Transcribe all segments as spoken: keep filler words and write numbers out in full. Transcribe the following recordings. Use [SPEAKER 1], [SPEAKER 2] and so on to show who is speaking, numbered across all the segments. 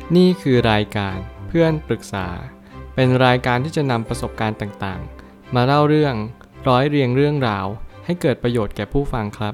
[SPEAKER 1] นี่คือรายการเพื่อนปรึกษาเป็นรายการที่จะนำประสบการณ์ต่างๆมาเล่าเรื่องร้อยเรียงเรื่องราวให้เกิดประโยชน์แก่ผู้ฟังครับ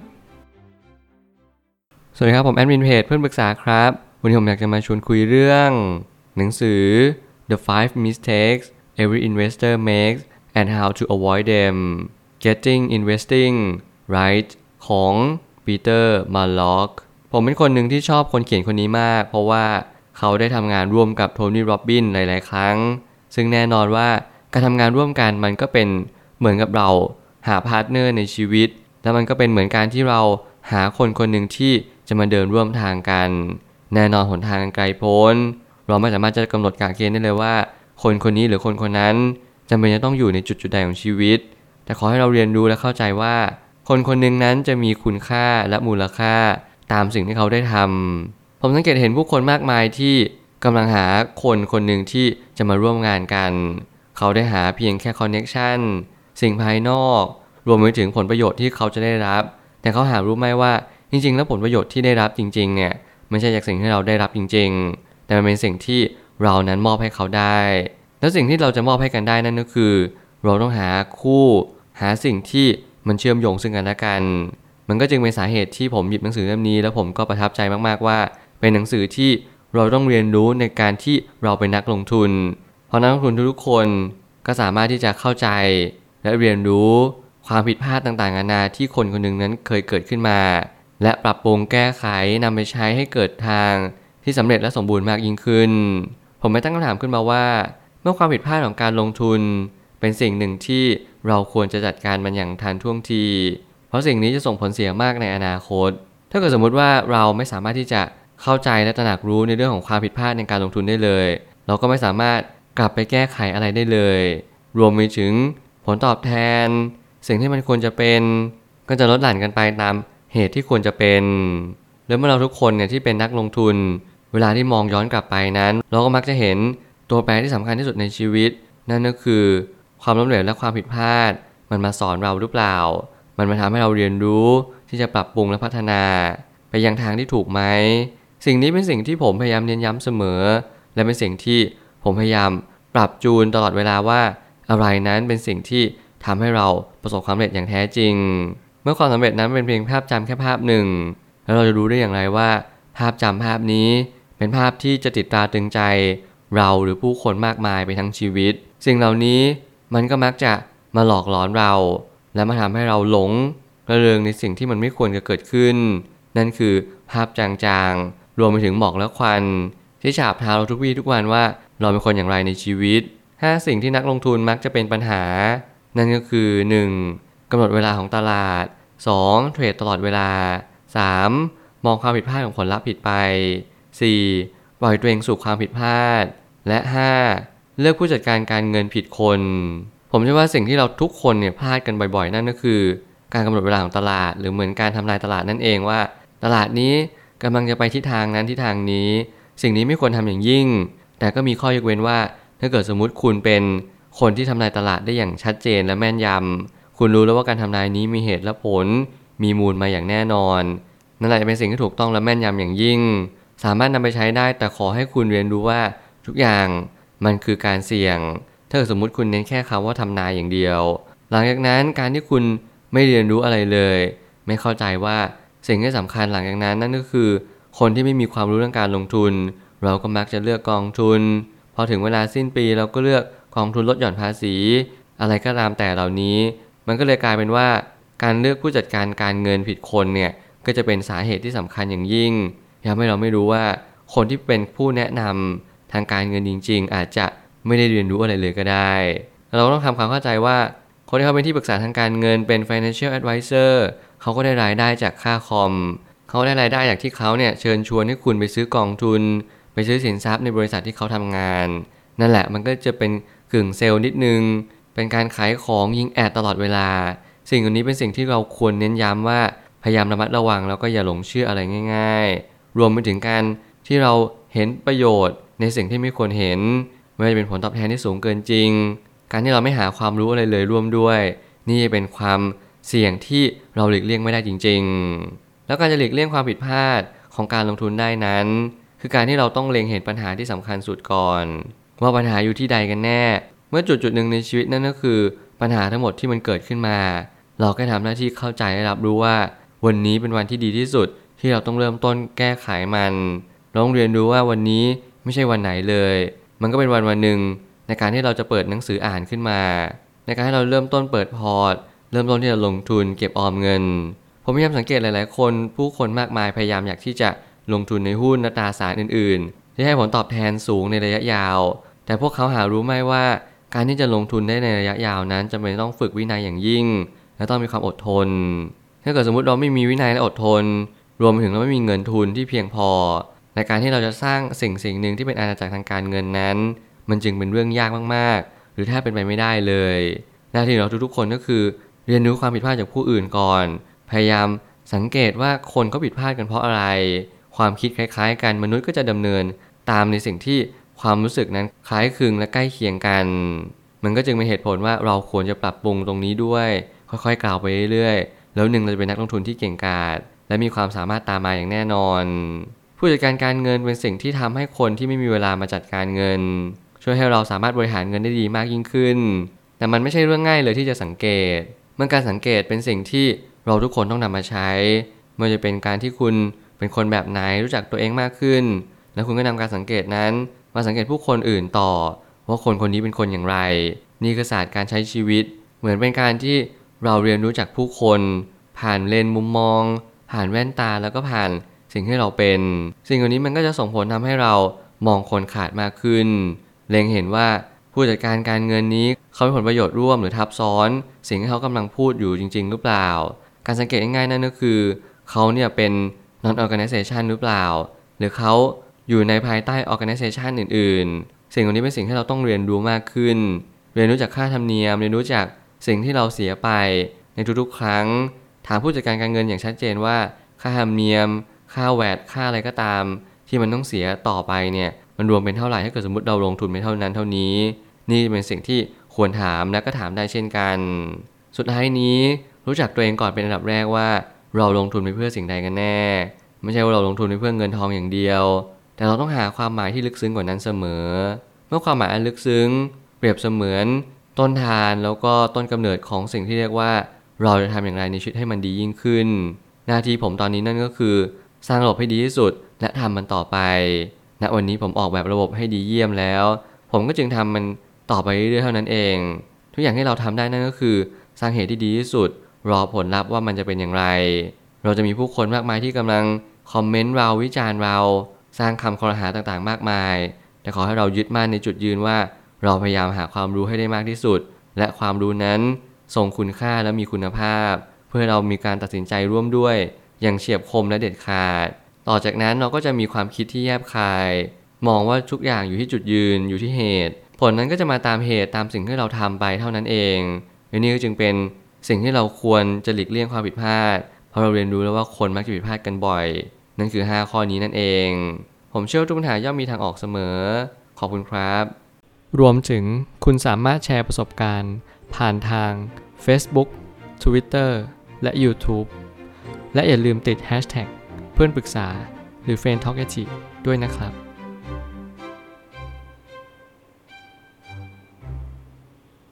[SPEAKER 1] สวัสดีครับผมแอดมินเพจเพื่อนปรึกษาครับวันนี้ผมอยากจะมาชวนคุยเรื่องหนังสือ The five Mistakes Every Investor Makes and How to Avoid Them Getting Investing Right ของปีเตอร์มาร์ล็อกผมเป็นคนหนึ่งที่ชอบคนเขียนคนนี้มากเพราะว่าเขาได้ทำงานร่วมกับโทนี่โรบบินหลายๆครั้งซึ่งแน่นอนว่าการทำงานร่วมกันมันก็เป็นเหมือนกับเราหาพาร์ทเนอร์ในชีวิตและมันก็เป็นเหมือนการที่เราหาคนคนหนึ่งที่จะมาเดินร่วมทางกันแน่นอนหนทางไกลโพ้นเราไม่สามารถจะกำหนดกะเกณฑ์ได้เลยว่าคนคนนี้หรือคนคนนั้นจำเป็นจะต้องอยู่ในจุดจุดใดของชีวิตแต่ขอให้เราเรียนรู้และเข้าใจว่าคนคนหนึ่งนั้นจะมีคุณค่าและมูลค่าตามสิ่งที่เขาได้ทำผมสังเกตเห็นผู้คนมากมายที่กำลังหาคนคนหนึ่งที่จะมาร่วมงานกันเขาได้หาเพียงแค่คอนเนคชั่นสิ่งภายนอกรวมไปถึงผลประโยชน์ที่เขาจะได้รับแต่เขาหารู้ไหมว่าจริงๆแล้วผลประโยชน์ที่ได้รับจริงๆเนี่ยไม่ใช่จากสิ่งที่เราได้รับจริงๆแต่มันเป็นสิ่งที่เรานั้นมอบให้เขาได้แล้วสิ่งที่เราจะมอบให้กันได้นั่นก็คือเราต้องหาคู่หาสิ่งที่มันเชื่อมโยงซึ่งกันและกันมันก็จึงเป็นสาเหตุที่ผมหยิบหนังสือเล่มนี้แล้วผมก็ประทับใจมากๆว่าเป็นหนังสือที่เราต้องเรียนรู้ในการที่เราเป็นนักลงทุนเพราะนักลงทุนทุกๆคนก็สามารถที่จะเข้าใจและเรียนรู้ความผิดพลาดต่างๆนานาที่คนคนหนึ่งนั้นเคยเกิดขึ้นมาและปรับปรุงแก้ไขนำไปใช้ให้เกิดทางที่สำเร็จและสมบูรณ์มากยิ่งขึ้นผมไม่ตั้งคำถามขึ้นมาว่าเมื่อความผิดพลาดของการลงทุนเป็นสิ่งหนึ่งที่เราควรจะจัดการมันอย่างทันท่วงทีเพราะสิ่งนี้จะส่งผลเสียมากในอนาคตถ้าเกิดสมมติว่าเราไม่สามารถที่จะเข้าใจและตระหนักรู้ในเรื่องของความผิดพลาดในการลงทุนได้เลยเราก็ไม่สามารถกลับไปแก้ไขอะไรได้เลยรวมไปถึงผลตอบแทนสิ่งที่มันควรจะเป็นก็จะลดหลั่นกันไปตามเหตุที่ควรจะเป็นแล้วเมื่อเราทุกคนเนี่ยที่เป็นนักลงทุนเวลาที่มองย้อนกลับไปนั้นเราก็มักจะเห็นตัวแปรที่สำคัญที่สุดในชีวิตนั่นก็คือความล้มเหลวและความผิดพลาดมันมาสอนเราหรือเปล่ามันมาทำให้เราเรียนรู้ที่จะปรับปรุงและพัฒนาไปยังทางที่ถูกไหมสิ่งนี้เป็นสิ่งที่ผมพยายามเน้นย้ำเสมอและเป็นสิ่งที่ผมพยายามปรับจูนตลอดเวลาว่าอะไรนั้นเป็นสิ่งที่ทำให้เราประสบความสำเร็จอย่างแท้จริงเมื่อความสำเร็จนั้นเป็นเพียงภาพจำแค่ภาพหนึ่งแล้วเราจะรู้ได้อย่างไรว่าภาพจำภาพนี้เป็นภาพที่จะติดตราตรึงใจเราหรือผู้คนมากมายไปทั้งชีวิตสิ่งเหล่านี้มันก็มักจะมาหลอกหลอนเราและมาทำให้เราหลงระเริงในสิ่งที่มันไม่ควรจะเกิดขึ้นนั่นคือภาพจางๆรวมไปถึงหมอกและควันที่ฉาบทาเราทุกวี่ทุกวันว่าเราเป็นคนอย่างไรในชีวิตห้าสิ่งที่นักลงทุนมักจะเป็นปัญหานั่นก็คือ หนึ่ง. กำหนดเวลาของตลาด สอง. เทรดตลอดเวลา สาม. มองความผิดพลาดของผลลัพธ์ผิดไป สี่. ปล่อยตัวเองสู่ความผิดพลาดและ ห้า. เลือกผู้จัดการการเงินผิดคนผมเชื่อว่าสิ่งที่เราทุกคนเนี่ยพลาดกันบ่อยๆนั่นก็คือการกำหนดเวลาของตลาดหรือเหมือนการทำลายตลาดนั่นเองว่าตลาดนี้กำลังจะไปทิศทางนั้นทิศทางนี้สิ่งนี้ไม่ควรทำอย่างยิ่งแต่ก็มีข้อยกเว้นว่าถ้าเกิดสมมุติคุณเป็นคนที่ทำนายตลาดได้อย่างชัดเจนและแม่นยำคุณรู้แล้วว่าการทำนายนี้มีเหตุและผลมีมูลมาอย่างแน่นอนนั่นแหละจะเป็นสิ่งที่ถูกต้องและแม่นยำอย่างยิ่งสามารถนำไปใช้ได้แต่ขอให้คุณเรียนรู้ว่าทุกอย่างมันคือการเสี่ยงถ้าเกิดสมมุติคุณเน้นแค่คำว่าทำนายอย่างเดียวหลังจากนั้นการที่คุณไม่เรียนรู้อะไรเลยไม่เข้าใจว่าสิ่งที่สำคัญหลังจากนั้นนั่นก็คือคนที่ไม่มีความรู้เรื่องการลงทุนเราก็มักจะเลือกกองทุนพอถึงเวลาสิ้นปีเราก็เลือกกองทุนลดหย่อนภาษีอะไรก็ตามแต่เหล่านี้มันก็เลยกลายเป็นว่าการเลือกผู้จัดการการเงินผิดคนเนี่ยก็จะเป็นสาเหตุที่สำคัญอย่างยิ่งทำให้เราไม่รู้ว่าคนที่เป็นผู้แนะนำทางการเงินจริงๆอาจจะไม่ได้เรียนรู้อะไรเลยก็ได้เราต้องทำความเข้าใจว่าคนที่เขาเป็นที่ปรึกษาทางการเงินเป็น financial advisor เขาก็ได้รายได้จากค่าคอมเขาได้รายได้จากที่เขาเนี่ยเชิญชวนให้คุณไปซื้อกองทุนไปซื้อสินทรัพย์ในบริษัทที่เขาทำงานนั่นแหละมันก็จะเป็นกึ่งเซลล์นิดนึงเป็นการขายของยิงแอดตลอดเวลาสิ่งเหล่านี้เป็นสิ่งที่เราควรเน้นย้ำว่าพยายามระมัดระวังแล้วก็อย่าหลงเชื่ออะไรง่ายๆรวมไปถึงการที่เราเห็นประโยชน์ในสิ่งที่ไม่ควรเห็นไม่ว่าจะเป็นผลตอบแทนที่สูงเกินจริงการที่เราไม่หาความรู้อะไรเลยร่วมด้วยนี่เป็นความเสี่ยงที่เราหลีกเลี่ยงไม่ได้จริงๆแล้วการจะหลีกเลี่ยงความผิดพลาดของการลงทุนได้นั้นคคือการที่เราต้องเล็งเห็นปัญหาที่สำคัญสุดก่อนว่าปัญหาอยู่ที่ใดกันแน่เมื่อจุดจุดหนึ่งในชีวิตนั่นก็คือปัญหาทั้งหมดที่มันเกิดขึ้นมาเราแค่ทำหน้าที่เข้าใจและรับรู้ว่าวันนี้เป็นวันที่ดีที่สุดที่เราต้องเริ่มต้นแก้ไขมันลองเรียนรู้ว่าวันนี้ไม่ใช่วันไหนเลยมันก็เป็นวันวันหนึ่งในการที่เราจะเปิดหนังสืออ่านขึ้นมาในการให้เราเริ่มต้นเปิดพอร์ตเริ่มต้นที่จะลงทุนเก็บออมเงินผมพยายามสังเกตหลายๆคนผู้คนมากมายพยายามอยากที่จะลงทุนในหุ้นและตราสารอื่นๆที่ให้ผลตอบแทนสูงในระยะยาวแต่พวกเขาหารู้ไหมว่าการที่จะลงทุนได้ในระยะยาวนั้นจำเป็นต้องฝึกวินัยอย่างยิ่งและต้องมีความอดทนถ้าเกิดสมมุติเราไม่มีวินัยและอดทนรวมไปถึงเราไม่มีเงินทุนที่เพียงพอในการที่เราจะสร้างสิ่งสิ่งหนึ่งที่เป็นอาณาจักรทางการเงินนั้นมันจึงเป็นเรื่องยากมากๆหรือแทบเป็นไปไม่ได้เลยหน้าที่ของเราทุกๆคนก็คือเรียนรู้ความผิดพลาดจากผู้อื่นก่อนพยายามสังเกตว่าคนเขาผิดพลาดกันเพราะอะไรความคิดคล้ายๆกันมนุษย์ก็จะดำเนินตามในสิ่งที่ความรู้สึกนั้นคล้ายคลึงและใกล้เคียงกันมันก็จึงเป็นเหตุผลว่าเราควรจะปรับปรุงตรงนี้ด้วยค่อยๆกล่าวไปเรื่อยๆแล้วหนึ่งเราจะเป็นนักลงทุนที่เก่งกาจและมีความสามารถตามมาอย่างแน่นอนผู้จัดการการเงินเป็นสิ่งที่ทำให้คนที่ไม่มีเวลามาจัดการเงินช่วยให้เราสามารถบริหารเงินได้ดีมากยิ่งขึ้นแต่มันไม่ใช่เรื่องง่ายเลยที่จะสังเกตเมื่อการสังเกตเป็นสิ่งที่เราทุกคนต้องนำมาใช้ไม่ว่าจะเป็นการที่คุณเป็นคนแบบไหนรู้จักตัวเองมากขึ้นแล้วคุณก็นำการสังเกตนั้นมาสังเกตผู้คนอื่นต่อว่าคนคนนี้เป็นคนอย่างไรนี่คือศาสตร์การใช้ชีวิตเหมือนเป็นการที่เราเรียนรู้จากผู้คนผ่านเลนส์มุมมองผ่านแว่นตาแล้วก็ผ่านสิ่งที่เราเป็นสิ่งเหล่านี้มันก็จะส่งผลทำให้เรามองคนขาดมากขึ้นเล็งเห็นว่าผู้จัดการการเงินนี้เขาเป็นผลประโยชน์ร่วมหรือทับซ้อนสิ่งที่เขากำลังพูดอยู่จริงๆหรือเปล่าการสังเกตง่ายๆนั่นก็คือเขาเนี่ยเป็น non organization หรือเปล่าหรือเขาอยู่ในภายใต้ organization อื่นๆสิ่งเหล่านี้เป็นสิ่งที่เราต้องเรียนรู้มากขึ้นเรียนรู้จากค่าธรรมเนียมเรียนรู้จากสิ่งที่เราเสียไปในทุกๆครั้งถามผู้จัดการการเงินอย่างชัดเจนว่าค่าธรรมเนียมค่าแวตค่าอะไรก็ตามที่มันต้องเสียต่อไปเนี่ยมันรวมเป็นเท่าไหร่ถ้าเกิดสมมติเราลงทุนไปเท่านั้นเท่านี้นี่เป็นสิ่งที่ควรถามและก็ถามได้เช่นกันสุดท้ายนี้รู้จักตัวเองก่อนเป็นอันดับแรกว่าเราลงทุนไปเพื่อสิ่งใดกันแน่ไม่ใช่ว่าเราลงทุนไปเพื่อเงินทองอย่างเดียวแต่เราต้องหาความหมายที่ลึกซึ้งกว่านั้นเสมอเมื่อความหมายอันลึกซึ้งเปรียบเสมือนต้นทานแล้วก็ต้นกำเนิดของสิ่งที่เรียกว่าเราจะทำอย่างไรในชีวิตให้มันดียิ่งขึ้นหน้าที่ผมตอนนี้นั่นก็คือสร้างระบบให้ดีที่สุดและทำมันต่อไปณวันนี้ผมออกแบบระบบให้ดีเยี่ยมแล้วผมก็จึงทำมันต่อไปเรื่อยๆเท่านั้นเองทุกอย่างที่เราทำได้นั่นก็คือสร้างเหตุที่ดีที่สุดรอผลลัพธ์ว่ามันจะเป็นอย่างไรเราจะมีผู้คนมากมายที่กำลังคอมเมนต์เราวิจารณ์เราสร้างคำคอรหาต่างๆมากมายแต่ขอให้เรายึดมั่นในจุดยืนว่าเราพยายามหาความรู้ให้ได้มากที่สุดและความรู้นั้นทรงคุณค่าและมีคุณภาพเพื่อเรามีการตัดสินใจร่วมด้วยอย่างเฉียบคมและเด็ดขาดต่อจากนั้นเราก็จะมีความคิดที่แยบคายมองว่าทุกอย่างอยู่ที่จุดยืนอยู่ที่เหตุผลนั้นก็จะมาตามเหตุตามสิ่งที่เราทำไปเท่านั้นเองและนี่ก็จึงเป็นสิ่งที่เราควรจะหลีกเลี่ยงความผิดพลาดเพราะเราเรียนรู้แล้วว่าคนมักจะผิดพลาดกันบ่อยนั่นคือห้าข้อนี้นั่นเองผมเชื่อว่าทุกปัญหาย่อมมีทางออกเสมอขอบคุณครับรวมถึงคุณสามารถแชร์ประสบการณ์ผ่านทาง Facebook Twitter และ YouTube และอย่าลืมติด แฮชแท็ก เพื่อนปรึกษาหรือ เฟรนด์ ทอล์ก ด้วยนะครับ